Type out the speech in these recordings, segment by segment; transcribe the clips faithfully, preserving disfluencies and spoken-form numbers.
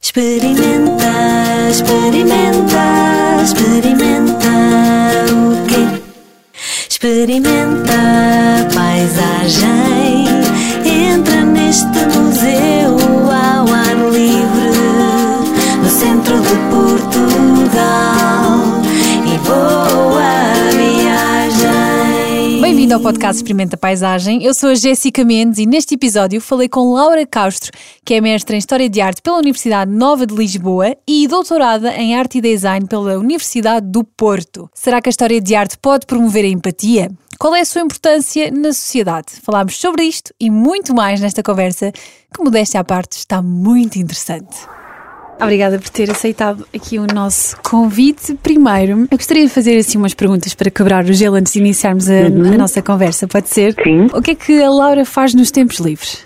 Experimenta, experimenta, experimenta o quê? Experimenta a paisagem. Entra neste museu ao ar livre, no centro de Portugal, e boa viagem. Bem-vindo ao podcast Experimenta Paisagem. Eu sou a Jéssica Mendes e neste episódio falei com Laura Castro, que é mestra em História de Arte pela Universidade Nova de Lisboa e doutorada em Arte e Design pela Universidade do Porto. Será que a história de arte pode promover a empatia? Qual é a sua importância na sociedade? Falámos sobre isto e muito mais nesta conversa, que, modéstia à parte, está muito interessante. Obrigada por ter aceitado aqui o nosso convite. Primeiro, eu gostaria de fazer assim umas perguntas para quebrar o gelo antes de iniciarmos a, uhum. a nossa conversa, pode ser? Sim. O que é que a Laura faz nos tempos livres?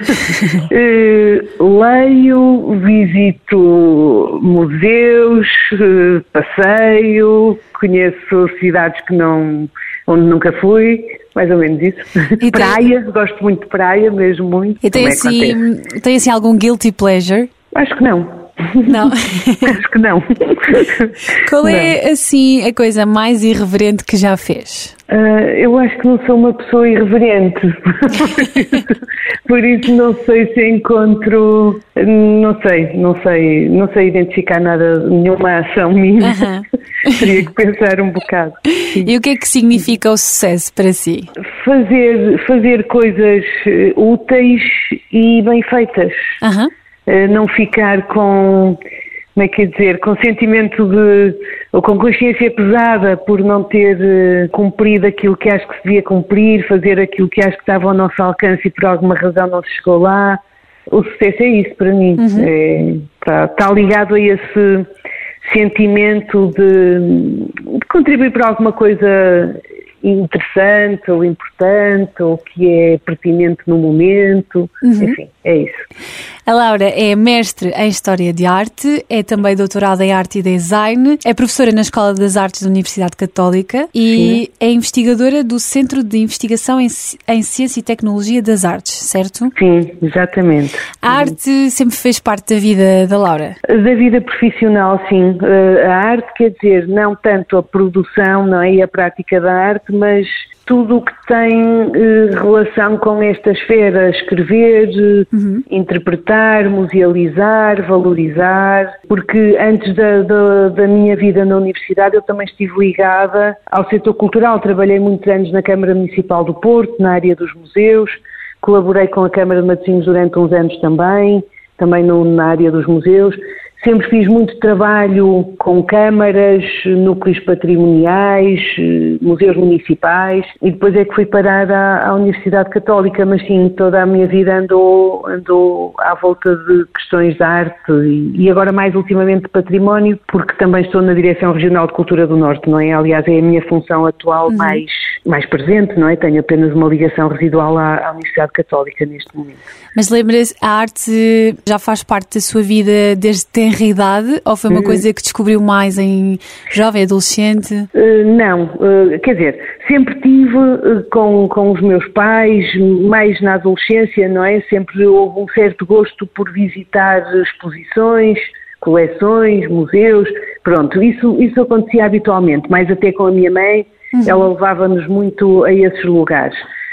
uh, leio, visito museus, uh, passeio, conheço cidades que não, onde nunca fui, mais ou menos isso. E praia, tem... gosto muito de praia, mesmo muito. E tem assim, tem assim algum guilty pleasure? Acho que não. Não? Acho que não. Qual é, não. assim, a coisa mais irreverente que já fez? Uh, eu acho que não sou uma pessoa irreverente. Por isso não sei se encontro... Não sei, não sei, não sei identificar nada, nenhuma ação minha. Uh-huh. Teria que pensar um bocado. Sim. E o que é que significa o sucesso para si? Fazer, fazer coisas úteis e bem feitas. Aham. Uh-huh. Não ficar com, como é que é dizer, com sentimento de, ou com consciência pesada por não ter uh, cumprido aquilo que acho que se devia cumprir, fazer aquilo que acho que estava ao nosso alcance e por alguma razão não se chegou lá. O sucesso é isso para mim, uhum. é, tá, está ligado a esse sentimento de, de contribuir para alguma coisa interessante ou importante ou que é pertinente no momento, uhum. enfim, é isso. A Laura é mestre em História de Arte, é também doutorada em Arte e Design, é professora na Escola das Artes da Universidade Católica e Sim. é investigadora do Centro de Investigação em, em Ciência e Tecnologia das Artes, certo? Sim, exatamente. A arte sempre fez parte da vida da Laura? Da vida profissional, sim. A arte quer dizer, não tanto a produção, não é, e a prática da arte, mas tudo o que tem eh, relação com esta esfera, escrever, uhum. interpretar, musealizar, valorizar, porque antes da, da, da minha vida na universidade eu também estive ligada ao setor cultural, trabalhei muitos anos na Câmara Municipal do Porto, na área dos museus, colaborei com a Câmara de Matosinhos durante uns anos também, também no, na área dos museus. Sempre fiz muito trabalho com câmaras, núcleos patrimoniais, museus municipais e depois é que fui parar à, à Universidade Católica, mas sim, toda a minha vida andou, andou à volta de questões de arte e, e agora mais ultimamente de património, porque também estou na Direção Regional de Cultura do Norte, não é? Aliás, é a minha função atual uhum. mais, mais presente, não é? Tenho apenas uma ligação residual à, à Universidade Católica neste momento. Mas lembra-se, a arte já faz parte da sua vida desde tenra idade ou foi uma coisa que descobriu mais em jovem, adolescente? Uh, não, uh, quer dizer, sempre tive uh, com, com os meus pais, mais na adolescência, não é? Sempre houve um certo gosto por visitar exposições, coleções, museus, pronto, isso, isso acontecia habitualmente, mais até com a minha mãe, uhum. ela levava-nos muito a esses lugares.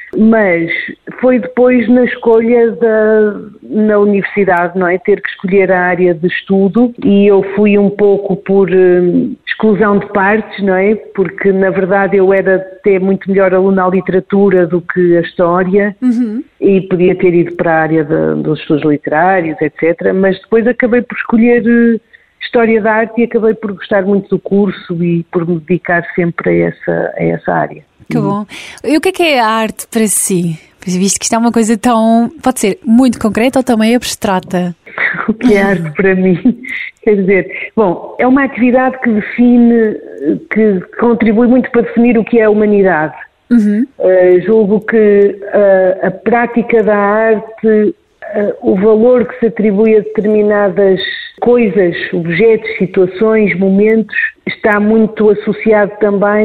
Mas foi depois na escolha da, na universidade, não é? Ter que escolher a área de estudo e eu fui um pouco por uh, exclusão de partes, não é? Porque na verdade eu era até muito melhor aluna à literatura do que a história uhum. e podia ter ido para a área de, dos estudos literários, etcétera. Mas depois acabei por escolher uh, História da Arte e acabei por gostar muito do curso e por me dedicar sempre a essa, a essa área. Que bom. E o que é que é a arte para si? Visto que isto é uma coisa tão, pode ser muito concreta ou também abstrata? O que é arte para mim? Quer dizer, bom, é uma atividade que define, que contribui muito para definir o que é a humanidade. Uhum. Uh, julgo que uh, a prática da arte, uh, o valor que se atribui a determinadas coisas, objetos, situações, momentos, está muito associado também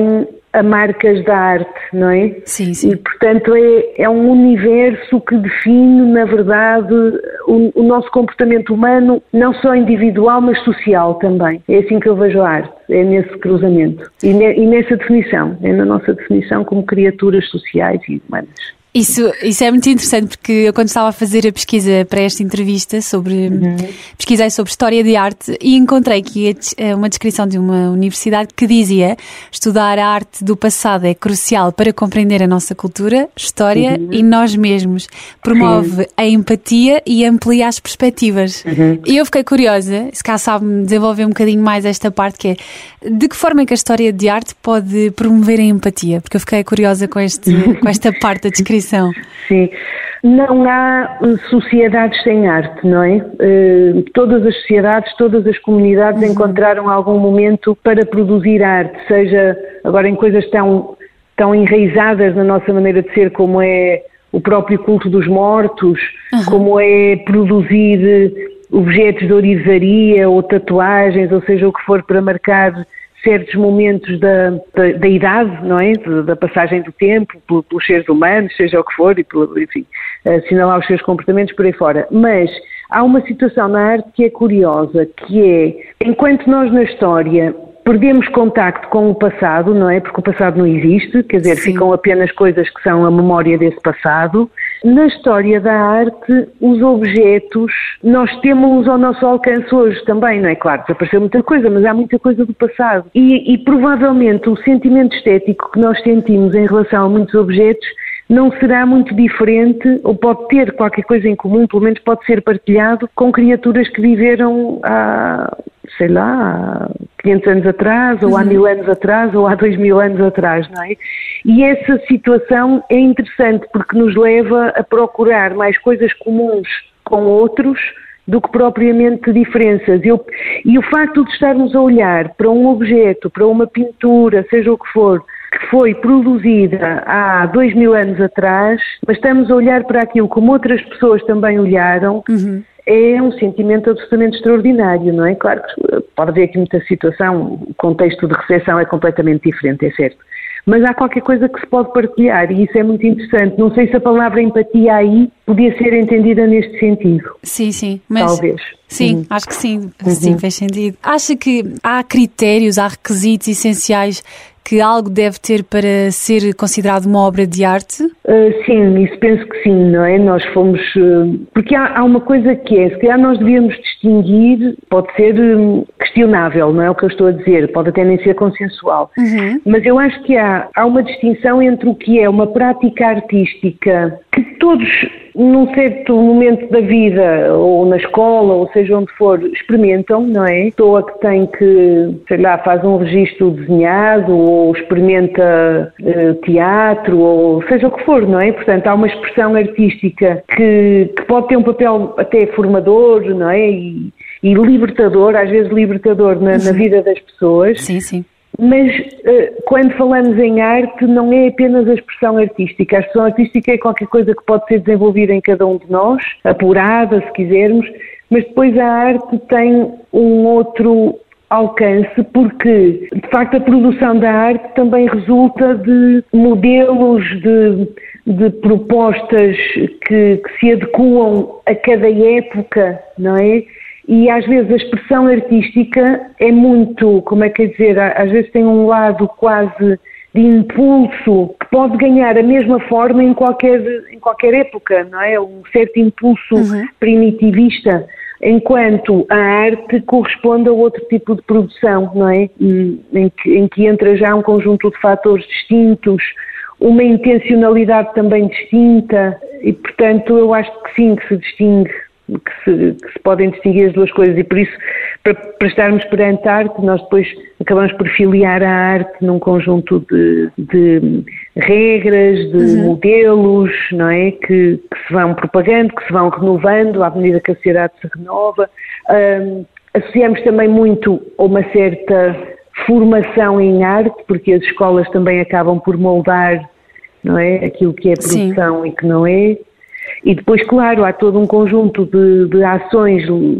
a marcas da arte, não é? Sim, sim. E, portanto, é, é um universo que define, na verdade, o, o nosso comportamento humano, não só individual, mas social também. É assim que eu vejo a arte, é nesse cruzamento. E, ne, e nessa definição, é na nossa definição como criaturas sociais e humanas. Isso, isso é muito interessante, porque eu, quando estava a fazer a pesquisa para esta entrevista, sobre, uhum. pesquisei sobre história de arte e encontrei aqui uma descrição de uma universidade que dizia: estudar a arte do passado é crucial para compreender a nossa cultura, história uhum. e nós mesmos. Promove Sim. a empatia e amplia as perspectivas. Uhum. E eu fiquei curiosa, se cá sabe-me desenvolver um bocadinho mais esta parte, que é de que forma é que a história de arte pode promover a empatia? Porque eu fiquei curiosa com, este, com esta parte da descrição. Sim, não há sociedades sem arte, não é? Uh, todas as sociedades, todas as comunidades uhum. encontraram algum momento para produzir arte, seja agora em coisas tão, tão enraizadas na nossa maneira de ser, como é o próprio culto dos mortos, uhum. como é produzir objetos de orivesaria ou tatuagens, ou seja, o que for para marcar certos momentos da, da, da idade, não é? Da passagem do tempo, pelos seres humanos, seja o que for, e pelo, enfim, assinalar os seus comportamentos por aí fora. Mas há uma situação na arte que é curiosa, que é, enquanto nós na história perdemos contacto com o passado, não é? Porque o passado não existe, quer dizer, Sim. ficam apenas coisas que são a memória desse passado. Na história da arte, os objetos, nós temos-los ao nosso alcance hoje também, não é? Claro, desapareceu muita coisa, mas há muita coisa do passado. E, e provavelmente o sentimento estético que nós sentimos em relação a muitos objetos não será muito diferente, ou pode ter qualquer coisa em comum, pelo menos pode ser partilhado com criaturas que viveram há, sei lá, há quinhentos anos atrás, ou há mil anos atrás, ou há dois mil anos atrás, não é? E essa situação é interessante porque nos leva a procurar mais coisas comuns com outros do que propriamente diferenças. Eu, e o facto de estarmos a olhar para um objeto, para uma pintura, seja o que for, que foi produzida há dois mil anos atrás, mas estamos a olhar para aquilo como outras pessoas também olharam, uhum. é um sentimento absolutamente extraordinário, não é? Claro que pode haver aqui muita situação, o contexto de recepção é completamente diferente, é certo. Mas há qualquer coisa que se pode partilhar e isso é muito interessante. Não sei se a palavra empatia aí podia ser entendida neste sentido. Sim, sim. Mas talvez. Sim, uhum. acho que sim. Sim, uhum. faz sentido. Acha que há critérios, há requisitos essenciais que algo deve ter para ser considerado uma obra de arte? Uh, sim, isso penso que sim, não é? Nós fomos... Uh, porque há, há uma coisa que é, se calhar nós devíamos distinguir, pode ser um, questionável, não é o que eu estou a dizer, pode até nem ser consensual, uhum. mas eu acho que há, há uma distinção entre o que é uma prática artística que todos, num certo momento da vida, ou na escola, ou seja onde for, experimentam, não é? Pessoa que tem que, sei lá, faz um registro desenhado, ou experimenta uh, teatro, ou seja o que for, não é? Portanto, há uma expressão artística que, que pode ter um papel até formador, não é? E, e libertador, às vezes libertador na, na vida das pessoas. Sim, sim. Mas uh, quando falamos em arte não é apenas a expressão artística. A expressão artística é qualquer coisa que pode ser desenvolvida em cada um de nós, apurada se quisermos, mas depois a arte tem um outro alcance porque de facto a produção da arte também resulta de modelos, de, de propostas que, que se adequam a cada época, não é? E às vezes a expressão artística é muito, como é que é dizer, às vezes tem um lado quase de impulso que pode ganhar a mesma forma em qualquer, em qualquer época, não é? Um certo impulso uhum. primitivista, enquanto a arte corresponde a outro tipo de produção, não é? Em que, em que entra já um conjunto de fatores distintos, uma intencionalidade também distinta e, portanto, eu acho que sim, que se distingue. Que se, que se podem distinguir as duas coisas e por isso, para, para estarmos perante a arte, nós depois acabamos por filiar a arte num conjunto de, de regras, de uhum. modelos, não é? Que, que se vão propagando, que se vão renovando à medida que a sociedade se renova. Um, associamos também muito a uma certa formação em arte, porque as escolas também acabam por moldar, não é? Aquilo que é produção Sim. e que não é. E depois, claro, há todo um conjunto de, de ações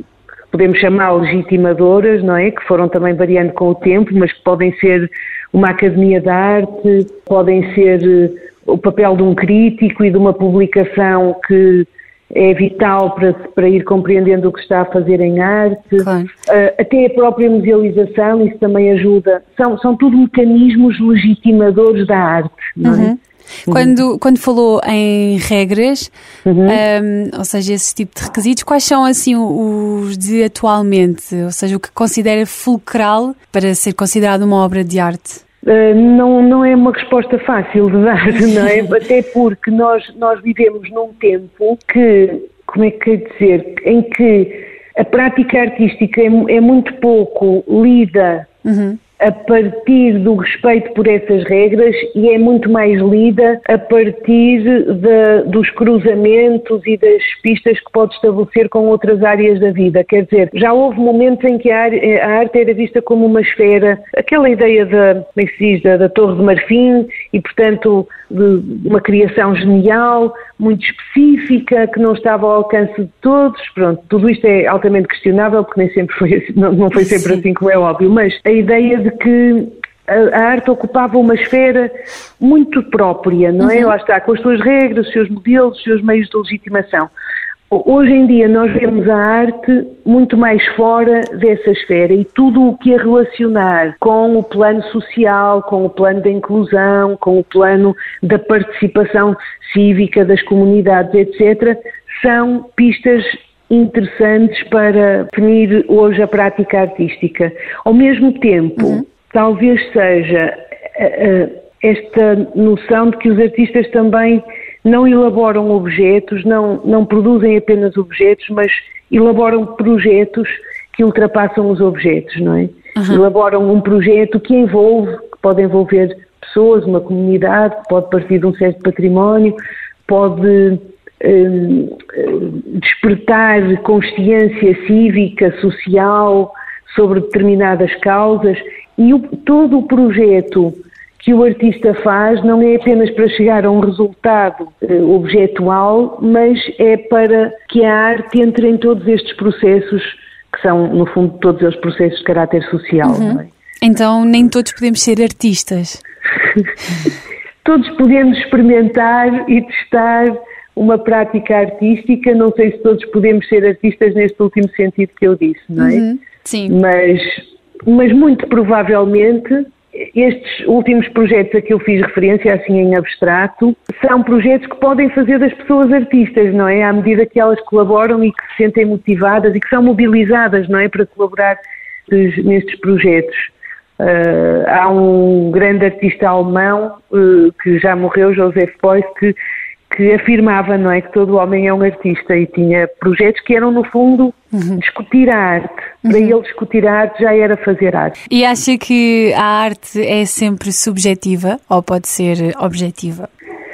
podemos chamar legitimadoras, não é? Que foram também variando com o tempo, mas que podem ser uma academia de arte, podem ser o papel de um crítico e de uma publicação que é vital para, para ir compreendendo o que está a fazer em arte, claro. uh, até a própria musealização, isso também ajuda. São, são tudo mecanismos legitimadores da arte, não uhum. é? Quando, quando falou em regras, uhum. um, ou seja, esse tipo de requisitos, quais são assim os de atualmente? Ou seja, o que considera fulcral para ser considerado uma obra de arte? Uh, não, não é uma resposta fácil de dar, não é? Até porque nós, nós vivemos num tempo que, como é que quer dizer, em que a prática artística é, é muito pouco lida uhum. a partir do respeito por essas regras e é muito mais lida a partir de, dos cruzamentos e das pistas que pode estabelecer com outras áreas da vida. Quer dizer, já houve momentos em que a, a arte era vista como uma esfera, aquela ideia da, como é que se diz, da, da Torre de Marfim e, portanto, de uma criação genial, muito específica, que não estava ao alcance de todos. Pronto, tudo isto é altamente questionável, porque nem sempre foi assim, não, não foi sempre Sim. assim, como é óbvio, mas a ideia de que a, a arte ocupava uma esfera muito própria, não é? Uhum. Lá está, com as suas regras, os seus modelos, os seus meios de legitimação. Hoje em dia nós vemos a arte muito mais fora dessa esfera e tudo o que é relacionar com o plano social, com o plano da inclusão, com o plano da participação cívica das comunidades, etcétera, são pistas interessantes para definir hoje a prática artística. Ao mesmo tempo, uhum. talvez seja uh, uh, esta noção de que os artistas também não elaboram objetos, não, não produzem apenas objetos, mas elaboram projetos que ultrapassam os objetos, não é? Uhum. Elaboram um projeto que envolve, que pode envolver pessoas, uma comunidade, pode partir de um certo património, pode um, despertar consciência cívica, social, sobre determinadas causas, e o, todo o projeto que o artista faz não é apenas para chegar a um resultado eh, objetual, mas é para que a arte entre em todos estes processos, que são, no fundo, todos os processos de caráter social. Uhum. Não é? Então, nem todos podemos ser artistas. Todos podemos experimentar e testar uma prática artística, não sei se todos podemos ser artistas neste último sentido que eu disse, não é? Uhum. Sim. Mas, mas muito provavelmente estes últimos projetos a que eu fiz referência, assim em abstrato, são projetos que podem fazer das pessoas artistas, não é? À medida que elas colaboram e que se sentem motivadas e que são mobilizadas, não é? Para colaborar nestes projetos. Uh, há um grande artista alemão uh, que já morreu, Joseph Beuys, que que afirmava, não é, que todo homem é um artista e tinha projetos que eram, no fundo, uhum. discutir a arte. Para uhum. ele, discutir a arte já era fazer arte. E acha que a arte é sempre subjetiva ou pode ser objetiva?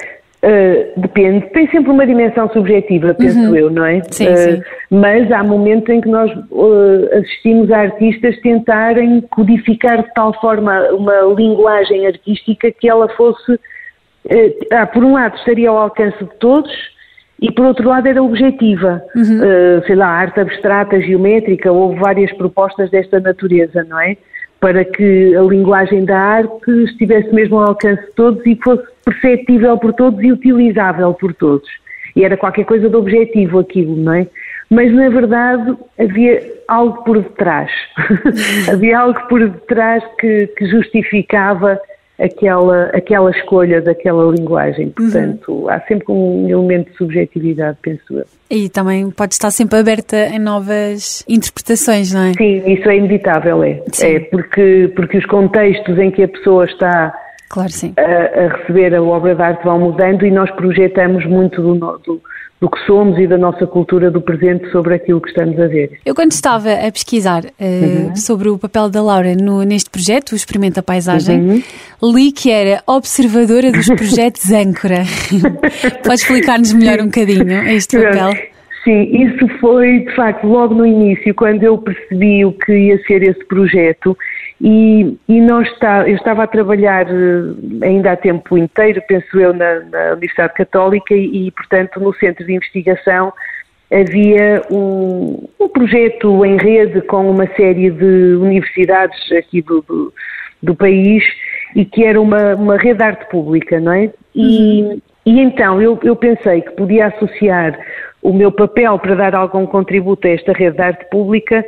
Uh, depende. Tem sempre uma dimensão subjetiva, penso uhum. eu, não é? Sim, uh, sim. Mas há momentos em que nós uh, assistimos a artistas tentarem codificar de tal forma uma linguagem artística que ela fosse... Ah, por um lado estaria ao alcance de todos e por outro lado era objetiva, uhum. uh, sei lá, arte abstrata, geométrica, houve várias propostas desta natureza, não é? Para que a linguagem da arte estivesse mesmo ao alcance de todos e fosse perceptível por todos e utilizável por todos. E era qualquer coisa de objetivo aquilo, não é? Mas na verdade havia algo por detrás, havia algo por detrás que, que justificava Aquela, aquela escolha daquela linguagem. Portanto, uhum. há sempre um elemento de subjetividade, penso eu. E também pode estar sempre aberta em novas interpretações, não é? Sim, isso é inevitável, é. Sim. É porque, porque os contextos em que a pessoa está claro, sim. A, a receber a obra de arte vão mudando e nós projetamos muito do, do, do que somos e da nossa cultura do presente sobre aquilo que estamos a ver. Eu quando estava a pesquisar uh, uhum. sobre o papel da Laura no, neste projeto, o Experimenta Paisagem, uhum. li que era observadora dos projetos âncora. Podes explicar-nos melhor um bocadinho este papel? Sim, isso foi de facto logo no início, quando eu percebi o que ia ser esse projeto. E, e nós está, eu estava a trabalhar ainda há tempo inteiro, penso eu, na, na Universidade Católica e, e, portanto, no Centro de Investigação havia um, um projeto em rede com uma série de universidades aqui do, do, do país e que era uma, uma rede de arte pública, não é? E, uhum. e então eu, eu pensei que podia associar o meu papel para dar algum contributo a esta rede de arte pública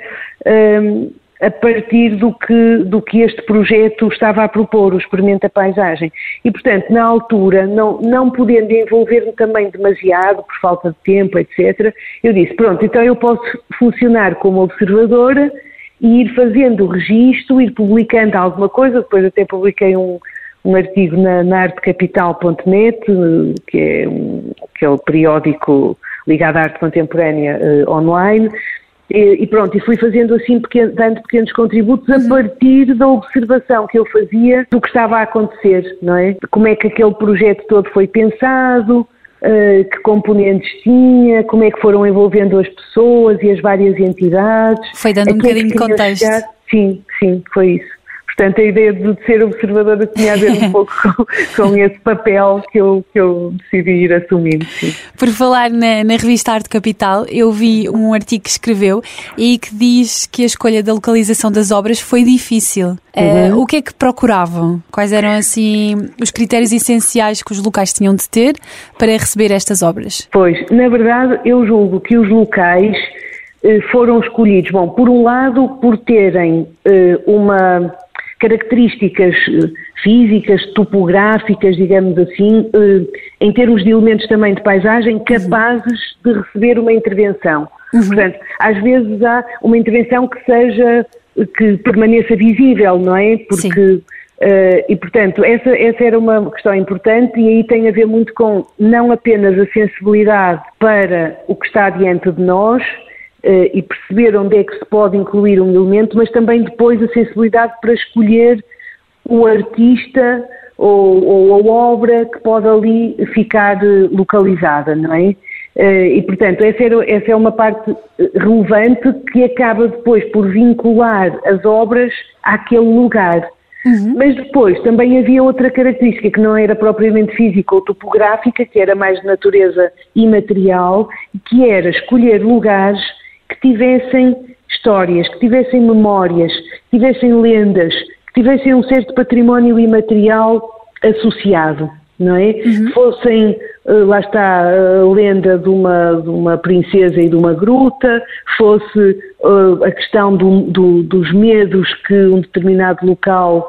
um, a partir do que, do que este projeto estava a propor, o Experimenta Paisagem. E, portanto, na altura, não, não podendo envolver-me também demasiado, por falta de tempo, etcétera, eu disse, pronto, então eu posso funcionar como observadora e ir fazendo o registro, ir publicando alguma coisa, depois até publiquei um, um artigo na, na arte capital ponto net, que é, um, que é o periódico ligado à arte contemporânea uh, online, e, e pronto, e fui fazendo assim, pequeno, dando pequenos contributos a partir da observação que eu fazia do que estava a acontecer, não é? Como é que aquele projeto todo foi pensado, uh, que componentes tinha, como é que foram envolvendo as pessoas e as várias entidades. Foi dando um bocadinho de contexto. Chegar. Sim, sim, foi isso. Portanto, a ideia de ser observadora tinha a ver um pouco com, com esse papel que eu, que eu decidi ir assumindo. Sim. Por falar na, na revista Arte Capital, eu vi um artigo que escreveu e que diz que a escolha da localização das obras foi difícil. Uhum. Uh, o que é que procuravam? Quais eram, assim, os critérios essenciais que os locais tinham de ter para receber estas obras? Pois, na verdade, eu julgo que os locais uh, foram escolhidos, bom, por um lado, por terem uh, uma... características físicas, topográficas, digamos assim, em termos de elementos também de paisagem, capazes de receber uma intervenção. Uhum. Portanto, às vezes há uma intervenção que seja, que permaneça visível, não é? Porque, uh, e portanto, essa, essa era uma questão importante e aí tem a ver muito com não apenas a sensibilidade para o que está diante de nós, Uh, e perceber onde é que se pode incluir um elemento, mas também depois a sensibilidade para escolher o artista ou, ou a obra que pode ali ficar uh, localizada, não é? Uh, e, portanto, essa, era, essa é uma parte relevante que acaba depois por vincular as obras àquele lugar. Uhum. Mas depois também havia outra característica que não era propriamente física ou topográfica, que era mais de natureza imaterial, que era escolher lugares que tivessem histórias, que tivessem memórias, que tivessem lendas, que tivessem um certo património imaterial associado, não é? Uhum. Fossem, lá está, a lenda de uma, de uma princesa e de uma gruta, fosse uh, a questão do, do, dos medos que um determinado local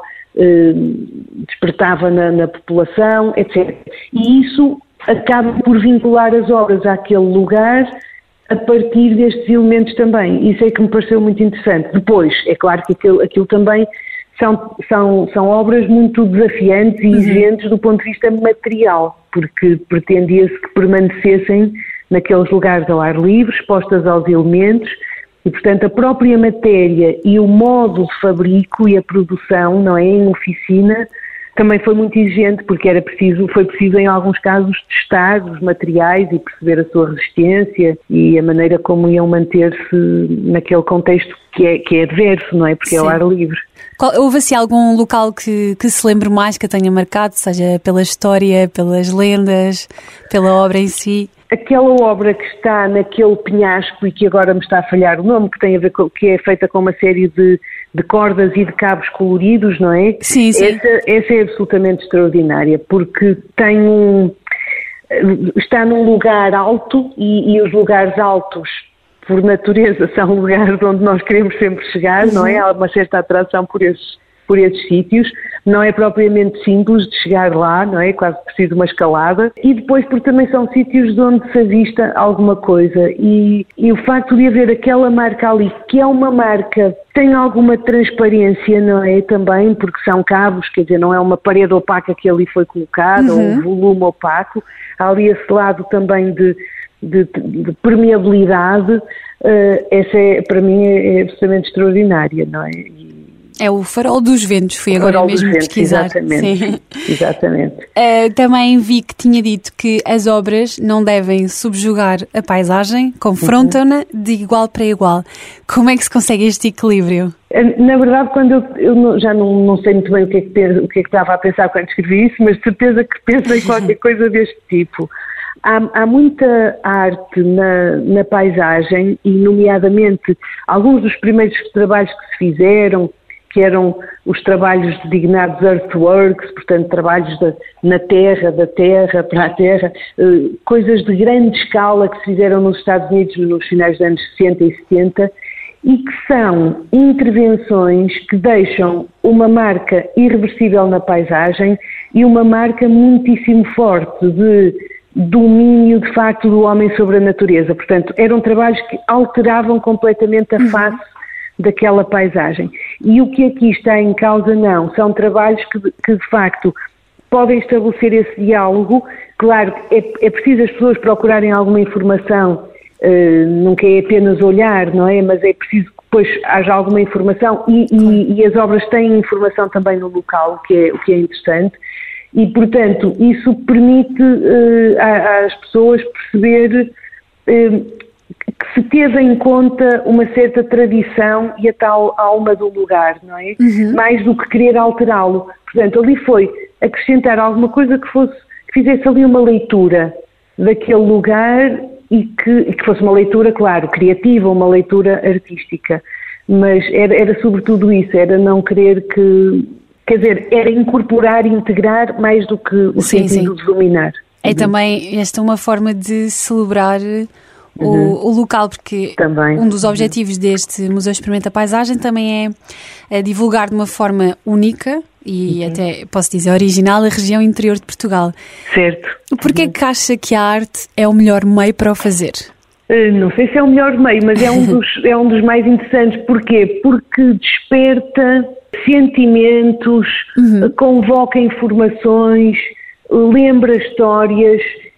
uh, despertava na, na população, etcétera. E isso acaba por vincular as obras àquele lugar a partir destes elementos também. Isso é que me pareceu muito interessante. Depois, é claro que aquilo, aquilo também são, são, são obras muito desafiantes e exigentes uhum. do ponto de vista material, porque pretendia-se que permanecessem naqueles lugares ao ar livre, expostas aos elementos, e portanto a própria matéria e o modo de fabrico e a produção, não é, em oficina, também foi muito exigente, porque era preciso, foi preciso em alguns casos testar os materiais e perceber a sua resistência e a maneira como iam manter-se naquele contexto que é, que é adverso, não é? Porque Sim. é ao ar livre. Qual, houve assim algum local que, que se lembre mais, que a tenha marcado, seja pela história, pelas lendas, pela obra em si? Aquela obra que está naquele penhasco e que agora me está a falhar o nome, que tem a ver com, que é feita com uma série de, de cordas e de cabos coloridos, não é? Sim, sim. Essa, essa é absolutamente extraordinária, porque tem um, está num lugar alto e, e os lugares altos, por natureza, são lugares onde nós queremos sempre chegar, uhum. não é? Há uma certa atração por esses, por esses sítios. Não é propriamente simples de chegar lá, não é? Quase preciso de uma escalada. E depois porque também são sítios de onde se avista alguma coisa. E, e o facto de haver aquela marca ali, que é uma marca, tem alguma transparência, não é? Também, porque são cabos, quer dizer, não é uma parede opaca que ali foi colocada, uhum. ou um volume opaco. Há ali esse lado também de, de, de permeabilidade. Uh, essa é, para mim, é, é absolutamente extraordinária, não é? E, É o Farol dos Ventos, fui agora Farol mesmo dos pesquisar. Ventos, exatamente. Sim. exatamente. Uh, também vi que tinha dito que as obras não devem subjugar a paisagem, confrontam-na uhum. de igual para igual. Como é que se consegue este equilíbrio? Na verdade, quando eu, eu não, já não, não sei muito bem o que, é que, o que é que estava a pensar quando escrevi isso, mas de certeza que pensei em qualquer coisa deste tipo. há, há muita arte na, na paisagem e, nomeadamente, alguns dos primeiros trabalhos que se fizeram, que eram os trabalhos designados earthworks, portanto, trabalhos de, na terra, da terra, para a terra, eh, coisas de grande escala que se fizeram nos Estados Unidos nos finais dos anos sessenta e setenta, e que são intervenções que deixam uma marca irreversível na paisagem e uma marca muitíssimo forte de domínio, de facto, do homem sobre a natureza. Portanto, eram trabalhos que alteravam completamente a face daquela paisagem. E o que aqui está em causa, não, são trabalhos que, que de facto, podem estabelecer esse diálogo. Claro, é, é preciso as pessoas procurarem alguma informação. Uh, nunca é apenas olhar, não é? Mas é preciso que depois haja alguma informação e, e, e as obras têm informação também no local, o que é, o que é interessante, e, portanto, isso permite uh, às pessoas perceber uh, que se teve em conta uma certa tradição e a tal alma do lugar, não é? Uhum. Mais do que querer alterá-lo. Portanto, ali foi acrescentar alguma coisa que fosse, que fizesse ali uma leitura daquele lugar e que, e que fosse uma leitura, claro, criativa, uma leitura artística, mas era, era sobretudo isso, era não querer que, quer dizer, era incorporar e integrar mais do que o sim, sentido sim. de dominar. É uhum. também esta uma forma de celebrar o, uhum. o local, porque também. um dos objetivos uhum. deste Museu Experimenta Paisagem também é, é divulgar de uma forma única e uhum. até, posso dizer, original, a região interior de Portugal. Certo. Porquê uhum. que acha que a arte é o melhor meio para o fazer? Uh, não sei se é o melhor meio, mas é um dos, é um dos mais interessantes. Porquê? Porque desperta sentimentos, uhum. convoca informações, lembra histórias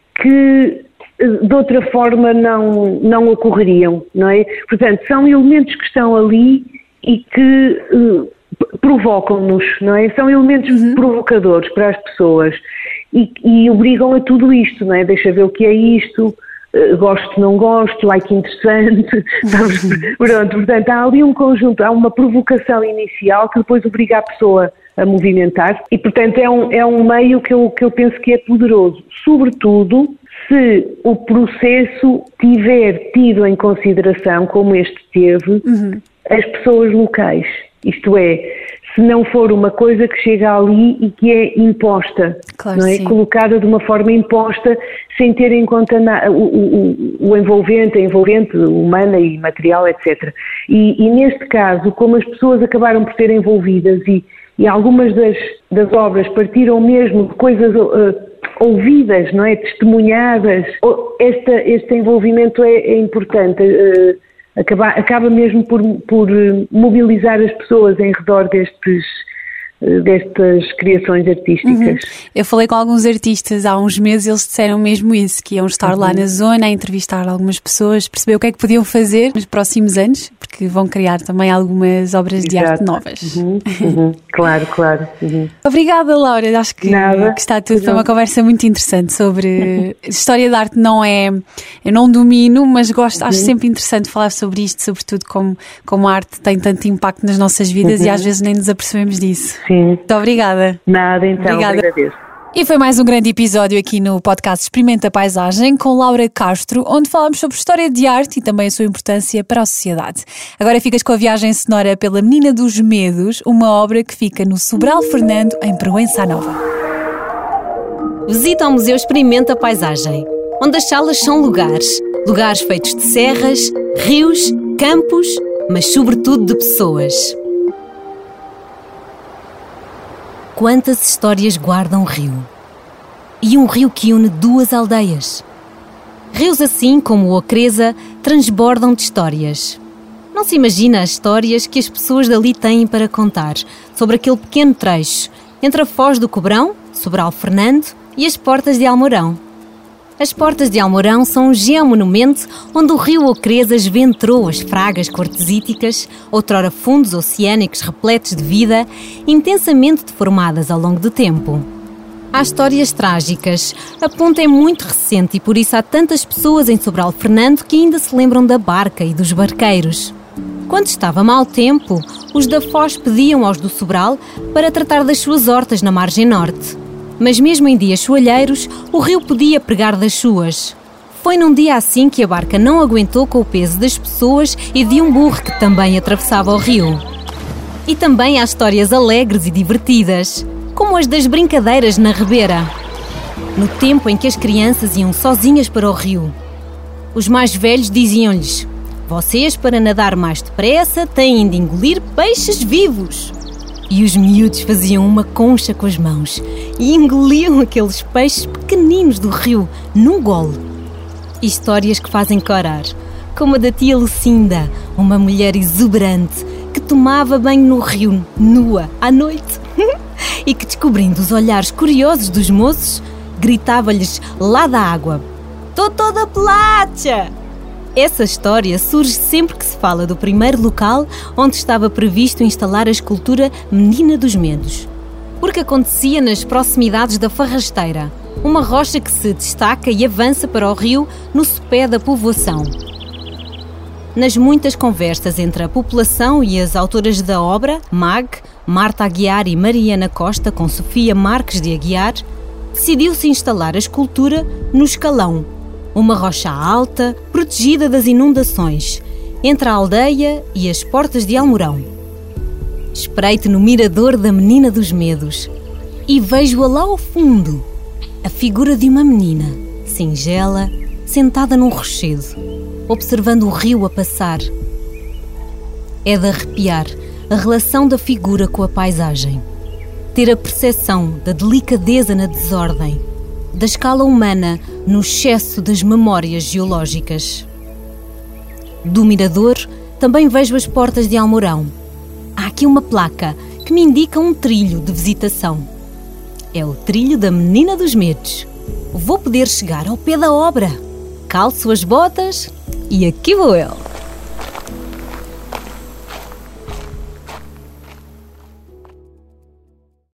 que de outra forma não, não ocorreriam, não é? Portanto, são elementos que estão ali e que uh, provocam-nos, não é? São elementos uhum. provocadores para as pessoas e, e obrigam a tudo isto, não é? Deixa ver o que é isto, uh, gosto, não gosto, ai que interessante, pronto, portanto, há ali um conjunto, há uma provocação inicial que depois obriga a pessoa a movimentar e, portanto, é um, é um meio que eu, que eu penso que é poderoso, sobretudo se o processo tiver tido em consideração, como este teve, uhum. as pessoas locais. Isto é, se não for uma coisa que chega ali e que é imposta, claro, não é? Sim. Colocada de uma forma imposta, sem ter em conta na, o, o, o envolvente, a envolvente humana e material, etcétera. E, e neste caso, como as pessoas acabaram por ser envolvidas e, e algumas das, das obras partiram mesmo de coisas uh, ouvidas, não é? Testemunhadas, este, este envolvimento é, é importante. Uh, Acaba, acaba mesmo por, por mobilizar as pessoas em redor destes, destas criações artísticas. Uhum. Eu falei com alguns artistas há uns meses, eles disseram mesmo isso, que iam estar uhum. lá na zona a entrevistar algumas pessoas, perceber o que é que podiam fazer nos próximos anos, porque vão criar também algumas obras Exato. de arte novas. Uhum. Uhum. Claro, claro. Uhum. Obrigada, Laura, acho que, que está tudo. Foi uma conversa muito interessante sobre história de arte. Não é, eu não domino, mas gosto, uhum. acho sempre interessante falar sobre isto, sobretudo como, como a arte tem tanto impacto nas nossas vidas uhum. e às vezes nem nos apercebemos disso. Sim. Muito obrigada. Nada, então, obrigada. agradeço. E foi mais um grande episódio aqui no podcast Experimenta Paisagem com Laura Castro, onde falamos sobre história de arte e também a sua importância para a sociedade. Agora ficas com a viagem sonora pela Menina dos Medos, uma obra que fica no Sobral Fernando, em Proença Nova. Visita ao Museu Experimenta Paisagem, onde as salas são lugares, lugares feitos de serras, rios, campos, mas sobretudo de pessoas. Quantas histórias guarda um rio? E um rio que une duas aldeias. Rios assim como o Ocreza transbordam de histórias. Não se imagina as histórias que as pessoas dali têm para contar sobre aquele pequeno trecho entre a Foz do Cobrão, Sobral Fernando, e as Portas de Almorão. As Portas de Almorão são um geomonumento onde o rio Ocreza esventrou as fragas quartzíticas, outrora fundos oceânicos repletos de vida, intensamente deformadas ao longo do tempo. Há histórias trágicas, a ponta é muito recente e por isso há tantas pessoas em Sobral Fernando que ainda se lembram da barca e dos barqueiros. Quando estava mau tempo, os da Foz pediam aos do Sobral para tratar das suas hortas na margem norte. Mas mesmo em dias soalheiros, o rio podia pregar das suas. Foi num dia assim que a barca não aguentou com o peso das pessoas e de um burro que também atravessava o rio. E também há histórias alegres e divertidas, como as das brincadeiras na Ribeira. No tempo em que as crianças iam sozinhas para o rio, os mais velhos diziam-lhes: vocês, para nadar mais depressa, têm de engolir peixes vivos. E os miúdos faziam uma concha com as mãos e engoliam aqueles peixes pequeninos do rio num gole. Histórias que fazem corar, como a da tia Lucinda, uma mulher exuberante que tomava banho no rio, nua, à noite, e que, descobrindo os olhares curiosos dos moços, gritava-lhes lá da água: "Tô toda pelacha!" Essa história surge sempre que se fala do primeiro local onde estava previsto instalar a escultura Menina dos Medos, porque acontecia nas proximidades da Farrasteira, uma rocha que se destaca e avança para o rio no sopé da povoação. Nas muitas conversas entre a população e as autoras da obra, Mag, Marta Aguiar e Mariana Costa, com Sofia Marques de Aguiar, decidiu-se instalar a escultura no Escalão, uma rocha alta, protegida das inundações, entre a aldeia e as portas de Almorão. Espreito no mirador da Menina dos Medos e vejo-a lá ao fundo, a figura de uma menina, singela, sentada num rochedo, observando o rio a passar. É de arrepiar a relação da figura com a paisagem, ter a percepção da delicadeza na desordem, da escala humana no excesso das memórias geológicas. Do mirador também vejo as portas de Almorão. Há aqui uma placa que me indica um trilho de visitação. É o trilho da Menina dos Medos. Vou poder chegar ao pé da obra. Calço as botas e aqui vou eu.